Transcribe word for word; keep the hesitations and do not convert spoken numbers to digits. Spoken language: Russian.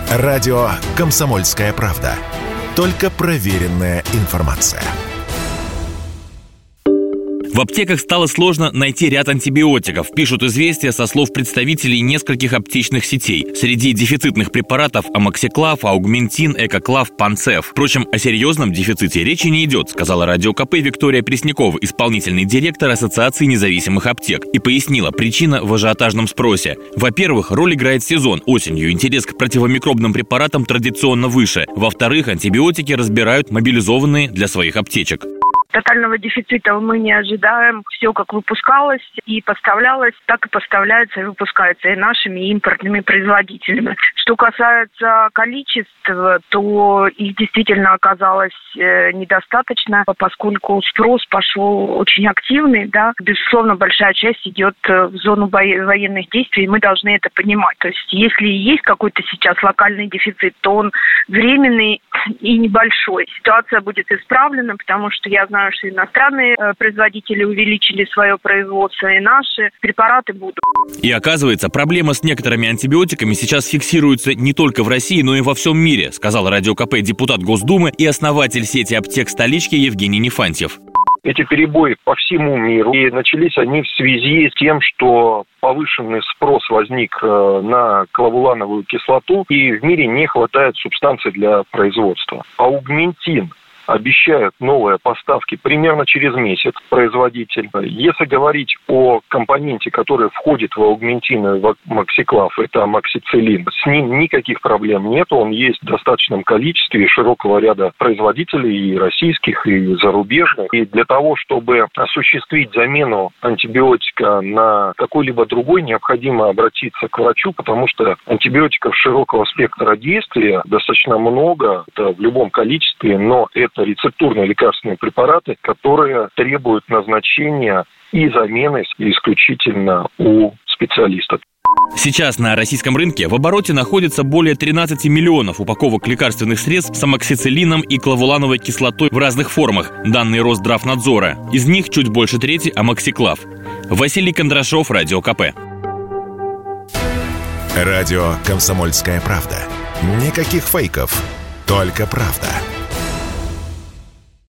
Радио «Комсомольская правда». Только проверенная информация. В аптеках стало сложно найти ряд антибиотиков, пишут «Известия» со слов представителей нескольких аптечных сетей. Среди дефицитных препаратов амоксиклав, аугментин, экоклав, панцеф. Впрочем, о серьезном дефиците речи не идет, сказала Радио КП Виктория Преснякова, исполнительный директор Ассоциации независимых аптек, и пояснила, причина в ажиотажном спросе. Во-первых, роль играет сезон. Осенью интерес к противомикробным препаратам традиционно выше. Во-вторых, антибиотики разбирают мобилизованные для своих аптечек. Тотального дефицита мы не ожидаем. Все как выпускалось и поставлялось, так и поставляется и выпускается и нашими, и импортными производителями. Что касается количества, то их действительно оказалось недостаточно, поскольку спрос пошел очень активный. Да. Безусловно, большая часть идет в зону военных действий, и мы должны это понимать. То есть, если есть какой-то сейчас локальный дефицит, то он временный и небольшой. Ситуация будет исправлена, потому что я знаю, что иностранные производители увеличили свое производство, и наши препараты будут. И оказывается, проблема с некоторыми антибиотиками сейчас фиксируется не только в России, но и во всем мире, сказал Радио КП депутат Госдумы и основатель сети аптек столички Евгений Нефантьев. Эти перебои по всему миру, и начались они в связи с тем, что повышенный спрос возник на клавулановую кислоту, и в мире не хватает субстанций для производства. Аугментин обещают новые поставки примерно через месяц производитель. Если говорить о компоненте, который входит в аугментин и в амоксиклав, это амоксициллин, с ним никаких проблем нет, он есть в достаточном количестве и широкого ряда производителей, и российских, и зарубежных. И для того, чтобы осуществить замену антибиотика на какой-либо другой, необходимо обратиться к врачу, потому что антибиотиков широкого спектра действия достаточно много, это в любом количестве, но это рецептурные лекарственные препараты, которые требуют назначения и замены исключительно у специалистов. Сейчас на российском рынке в обороте находится более тринадцать миллионов упаковок лекарственных средств с амоксициллином и клавулановой кислотой в разных формах, данные Росздравнадзора. Из них чуть больше трети амоксиклав. Василий Кондрашов, Радио КП. Радио «Комсомольская правда». Никаких фейков, только правда.